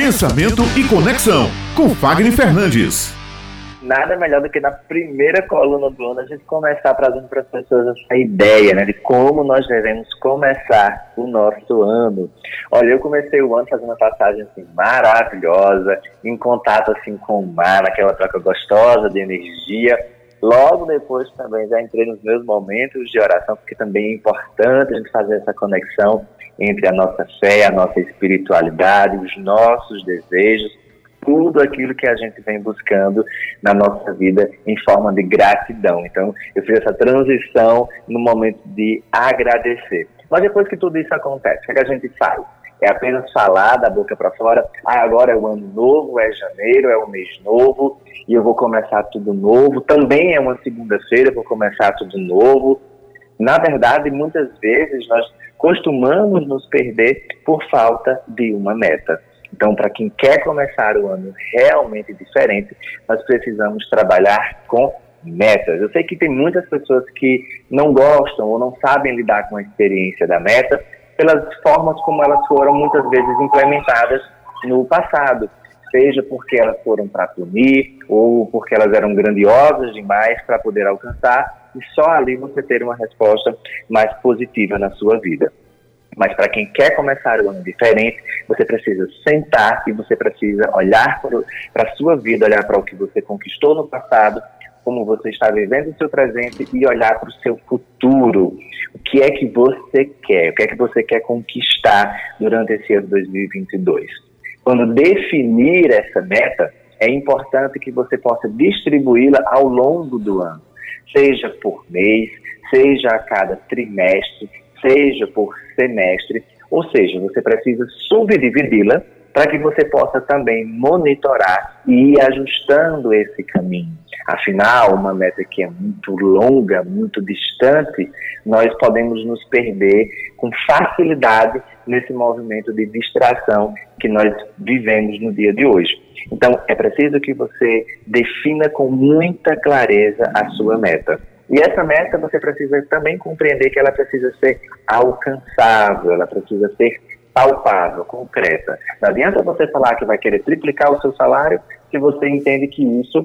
Pensamento e Conexão, com Fagner Fernandes. Nada melhor do que na primeira coluna do ano a gente começar trazendo para as pessoas essa ideia, né, de como nós devemos começar o nosso ano. Olha, eu comecei o ano fazendo uma passagem assim, maravilhosa, em contato assim, com o mar, naquela troca gostosa de energia. Logo depois também já entrei nos meus momentos de oração, porque também é importante a gente fazer essa conexão entre a nossa fé, a nossa espiritualidade, os nossos desejos, tudo aquilo que a gente vem buscando na nossa vida em forma de gratidão. Então, eu fiz essa transição no momento de agradecer. Mas depois que tudo isso acontece, o que a gente faz? É apenas falar da boca para fora, agora é o ano novo, é janeiro, é o mês novo, e eu vou começar tudo novo. Também é uma segunda-feira, eu vou começar tudo novo. Na verdade, muitas vezes nós costumamos nos perder por falta de uma meta. Então, para quem quer começar o ano realmente diferente, nós precisamos trabalhar com metas. Eu sei que tem muitas pessoas que não gostam ou não sabem lidar com a experiência da meta pelas formas como elas foram muitas vezes implementadas no passado, seja porque elas foram para punir ou porque elas eram grandiosas demais para poder alcançar, e só ali você ter uma resposta mais positiva na sua vida. Mas para quem quer começar o ano diferente, você precisa sentar e você precisa olhar para a sua vida, olhar para o que você conquistou no passado, como você está vivendo o seu presente e olhar para o seu futuro. O que é que você quer? O que é que você quer conquistar durante esse ano 2022? Quando definir essa meta, é importante que você possa distribuí-la ao longo do ano, seja por mês, seja a cada trimestre, seja por semestre, ou seja, você precisa subdividi-la para que você possa também monitorar e ir ajustando esse caminho. Afinal, uma meta que é muito longa, muito distante, nós podemos nos perder com facilidade nesse movimento de distração que nós vivemos no dia de hoje. Então, é preciso que você defina com muita clareza a sua meta. E essa meta você precisa também compreender que ela precisa ser alcançável, ela precisa ser palpável, concreta. Não adianta você falar que vai querer triplicar o seu salário se você entende que isso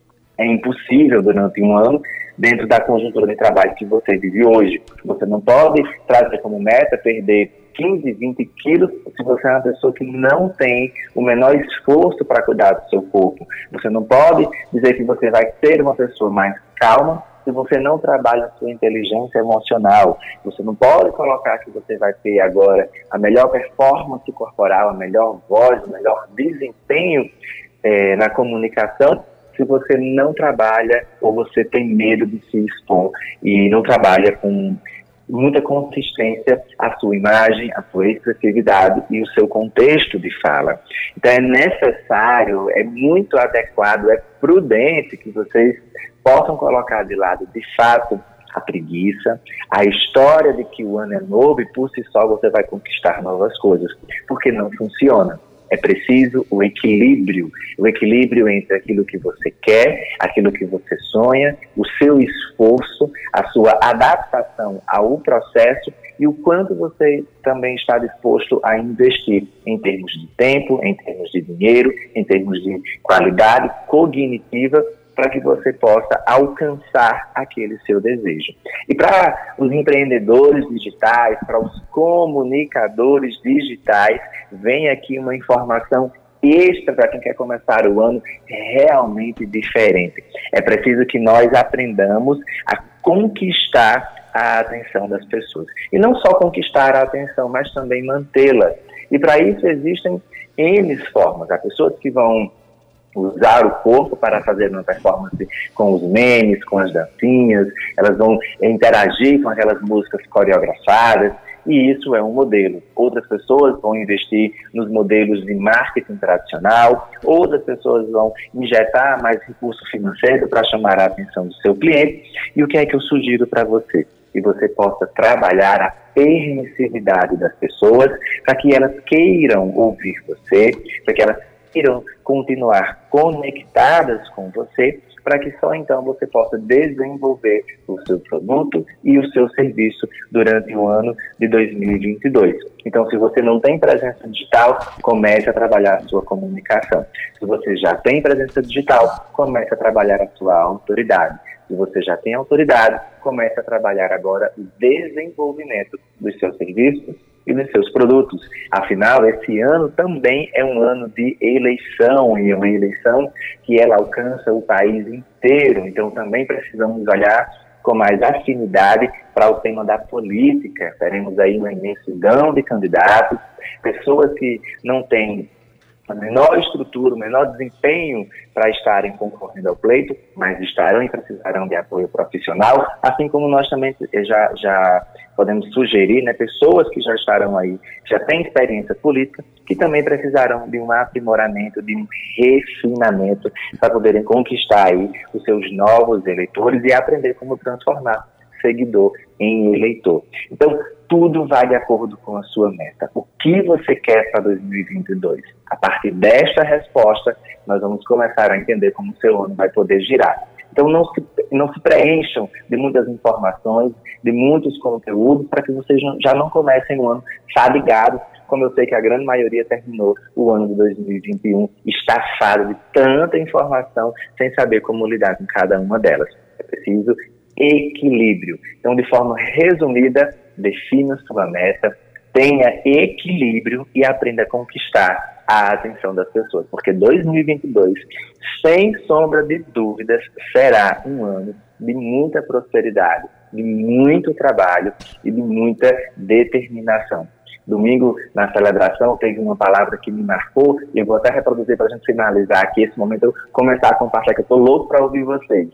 é impossível durante um ano dentro da conjuntura de trabalho que você vive hoje. Você não pode trazer como meta perder 15, 20 quilos se você é uma pessoa que não tem o menor esforço para cuidar do seu corpo. Você não pode dizer que você vai ser uma pessoa mais calma se você não trabalha a sua inteligência emocional. Você não pode colocar que você vai ter agora a melhor performance corporal, a melhor voz, o melhor desempenho na comunicação, se você não trabalha ou você tem medo de se expor e não trabalha com muita consistência a sua imagem, a sua expressividade e o seu contexto de fala. Então é necessário, é muito adequado, é prudente que vocês possam colocar de lado, de fato, a preguiça, a história de que o ano é novo e por si só você vai conquistar novas coisas, porque não funciona. É preciso o equilíbrio entre aquilo que você quer, aquilo que você sonha, o seu esforço, a sua adaptação ao processo e o quanto você também está disposto a investir em termos de tempo, em termos de dinheiro, em termos de qualidade cognitiva, para que você possa alcançar aquele seu desejo. E para os empreendedores digitais, para os comunicadores digitais, vem aqui uma informação extra para quem quer começar o ano realmente diferente. É preciso que nós aprendamos a conquistar a atenção das pessoas. E não só conquistar a atenção, mas também mantê-la. E para isso existem N formas. Há pessoas que vão usar o corpo para fazer uma performance com os memes, com as dancinhas, elas vão interagir com aquelas músicas coreografadas, e isso é um modelo. Outras pessoas vão investir nos modelos de marketing tradicional, outras pessoas vão injetar mais recurso financeiro para chamar a atenção do seu cliente. E o que é que eu sugiro para você? Que você possa trabalhar a permissividade das pessoas para que elas queiram ouvir você, para que elas queiram continuar conectadas com você, para que só então você possa desenvolver o seu produto e o seu serviço durante o ano de 2022. Então, se você não tem presença digital, comece a trabalhar a sua comunicação. Se você já tem presença digital, comece a trabalhar a sua autoridade. Se você já tem autoridade, comece a trabalhar agora o desenvolvimento dos seus serviços e dos seus produtos. Afinal, esse ano também é um ano de eleição, e uma eleição que ela alcança o país inteiro. Então, também precisamos olhar com mais afinidade para o tema da política. Teremos aí uma imensidão de candidatos, pessoas que não têm a menor estrutura, o menor desempenho para estarem concorrendo ao pleito, mas estarão e precisarão de apoio profissional, assim como nós também já podemos sugerir, né, pessoas que já estarão aí, já têm experiência política, que também precisarão de um aprimoramento, de um refinamento, para poderem conquistar aí os seus novos eleitores e aprender como transformar seguidor em eleitor. Então, tudo vai de acordo com a sua meta. O que você quer para 2022? A partir desta resposta, nós vamos começar a entender como o seu ano vai poder girar. Então, não se preencham de muitas informações, de muitos conteúdos, para que vocês já não comecem o ano fadigados, como eu sei que a grande maioria terminou o ano de 2021 estafado de tanta informação, sem saber como lidar com cada uma delas. É preciso equilíbrio. Então, de forma resumida, defina sua meta, tenha equilíbrio e aprenda a conquistar a atenção das pessoas, porque 2022, sem sombra de dúvidas, será um ano de muita prosperidade, de muito trabalho e de muita determinação. Domingo, na celebração, teve uma palavra que me marcou, e eu vou até reproduzir para a gente finalizar aqui esse momento, eu começar a compartilhar, que eu estou louco para ouvir vocês.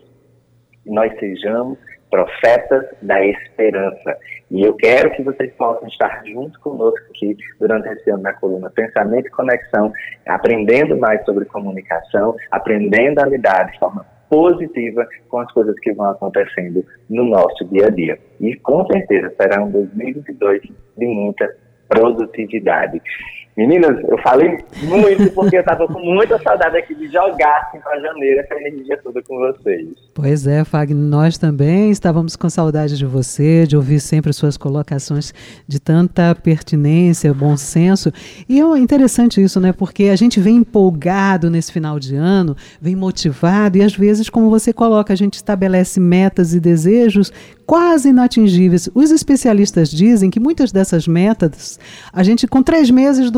Nós sejamos profetas da esperança. E eu quero que vocês possam estar junto conosco aqui durante esse ano na coluna Pensamento e Conexão, aprendendo mais sobre comunicação, aprendendo a lidar de forma positiva com as coisas que vão acontecendo no nosso dia a dia. E com certeza será um 2022 de muita produtividade. Meninas, eu falei muito porque eu estava com muita saudade aqui de jogar assim, para janeiro essa energia toda com vocês. Pois é, Fagner, nós também estávamos com saudade de você, de ouvir sempre suas colocações de tanta pertinência, bom senso. E é interessante isso, né? Porque a gente vem empolgado nesse final de ano, vem motivado e às vezes, como você coloca, a gente estabelece metas e desejos quase inatingíveis. Os especialistas dizem que muitas dessas metas, a gente com 3 meses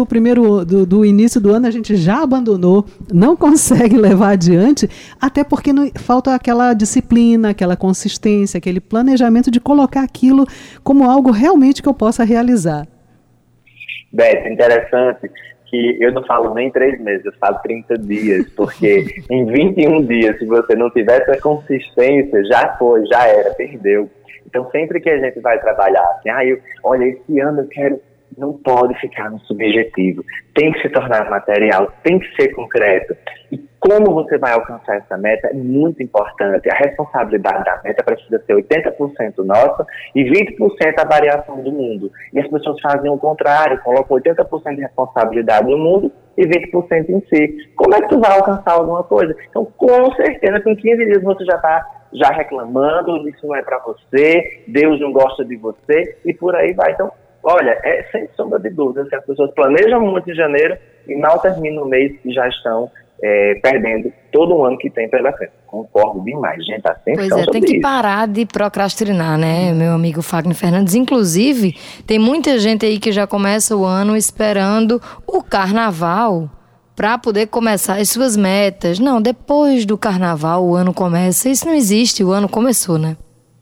do início do ano, a gente já abandonou, não consegue levar adiante, até porque falta aquela disciplina, aquela consistência, aquele planejamento de colocar aquilo como algo realmente que eu possa realizar. Beth, interessante que eu não falo nem 3 meses, eu falo 30 dias, porque em 21 dias, se você não tiver essa consistência, já foi, já era, perdeu. Então, sempre que a gente vai trabalhar assim, olha, esse ano eu quero, não pode ficar no subjetivo, tem que se tornar material, tem que ser concreto. E como você vai alcançar essa meta é muito importante. A responsabilidade da meta precisa ser 80% nossa e 20% a variação do mundo. E as pessoas fazem o contrário, colocam 80% de responsabilidade no mundo e 20% em si. Como é que tu vai alcançar alguma coisa? Então, com certeza, com 15 dias você já está reclamando, isso não é para você, Deus não gosta de você e por aí vai. Então, olha, é sem sombra de dúvida que as pessoas planejam muito em janeiro e mal terminam o mês e já estão perdendo todo o ano que tem pela frente. Concordo demais, gente, atenção sobre isso. Pois é, tem que parar de procrastinar, né, meu amigo Fagner Fernandes. Inclusive, tem muita gente aí que já começa o ano esperando o carnaval para poder começar as suas metas. Não, depois do carnaval o ano começa. Isso não existe, o ano começou, né?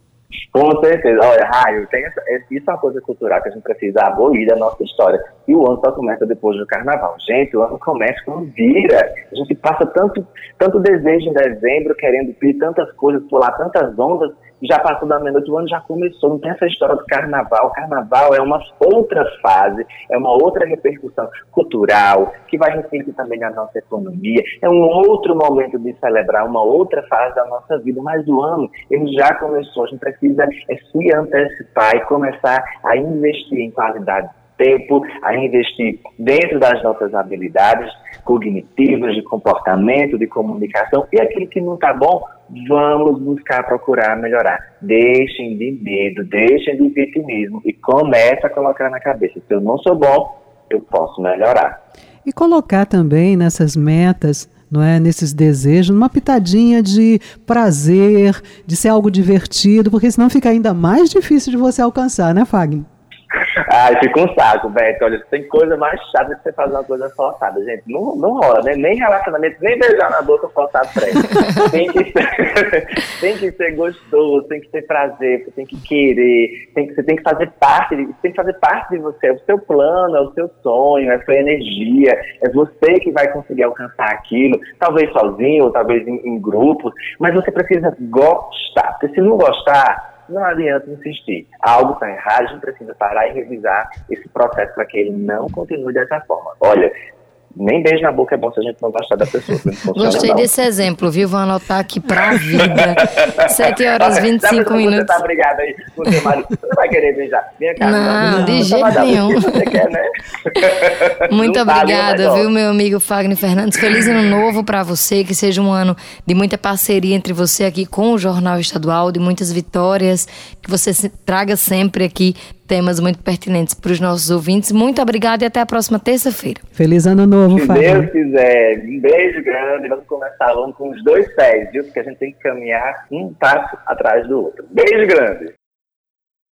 Com certeza. Olha, Raio, isso é uma coisa cultural que a gente precisa abolir da nossa história. E o ano só começa depois do carnaval. Gente, o ano começa quando vira. A gente passa tanto desejo em dezembro, querendo pedir tantas coisas, pular tantas ondas, e já passou da meia-noite, o ano já começou. Não tem essa história do carnaval. O carnaval é uma outra fase, é uma outra repercussão cultural, que vai refletir também na nossa economia. É um outro momento de celebrar, uma outra fase da nossa vida. Mas o ano, ele já começou. A gente precisa se antecipar e começar a investir em qualidade tempo, a investir dentro das nossas habilidades cognitivas, de comportamento, de comunicação, e aquilo que não está bom, vamos buscar procurar melhorar. Deixem de medo, deixem de vitimismo e comece a colocar na cabeça, se eu não sou bom, eu posso melhorar. E colocar também nessas metas, não é, nesses desejos, uma pitadinha de prazer, de ser algo divertido, porque senão fica ainda mais difícil de você alcançar, né, Fagner? Ai, fica um saco, Beto. Olha, tem coisa mais chata que você fazer uma coisa forçada, gente. Não rola, né? Nem relacionamento, nem beijar na boca forçado presta. Tem que ser gostoso, tem que ter prazer, você tem que querer, você tem que fazer parte de você. É o seu plano, é o seu sonho, é a sua energia, é você que vai conseguir alcançar aquilo, talvez sozinho, ou talvez em grupos, mas você precisa gostar, porque se não gostar, não adianta insistir. Algo está errado, a gente precisa parar e revisar esse processo para que ele não continue dessa forma. Olha, nem beijo na boca é bom se a gente não gostar da pessoa. Gostei desse exemplo, viu? Vou anotar aqui pra vida. 7h25. Você tá brigado aí com o seu marido, você não vai querer beijar. Minha cara, não, de jeito nenhum. Você quer, né? Muito obrigada, viu, meu amigo Fagner Fernandes. Feliz ano novo pra você, que seja um ano de muita parceria entre você aqui com o Jornal Estadual, de muitas vitórias, que você traga sempre aqui temas muito pertinentes para os nossos ouvintes. Muito obrigada e até a próxima terça-feira. Feliz ano novo, Fagner. Se Deus quiser. Um beijo grande. Vamos começar logo com os 2 pés, viu? Porque a gente tem que caminhar um passo atrás do outro. Beijo grande.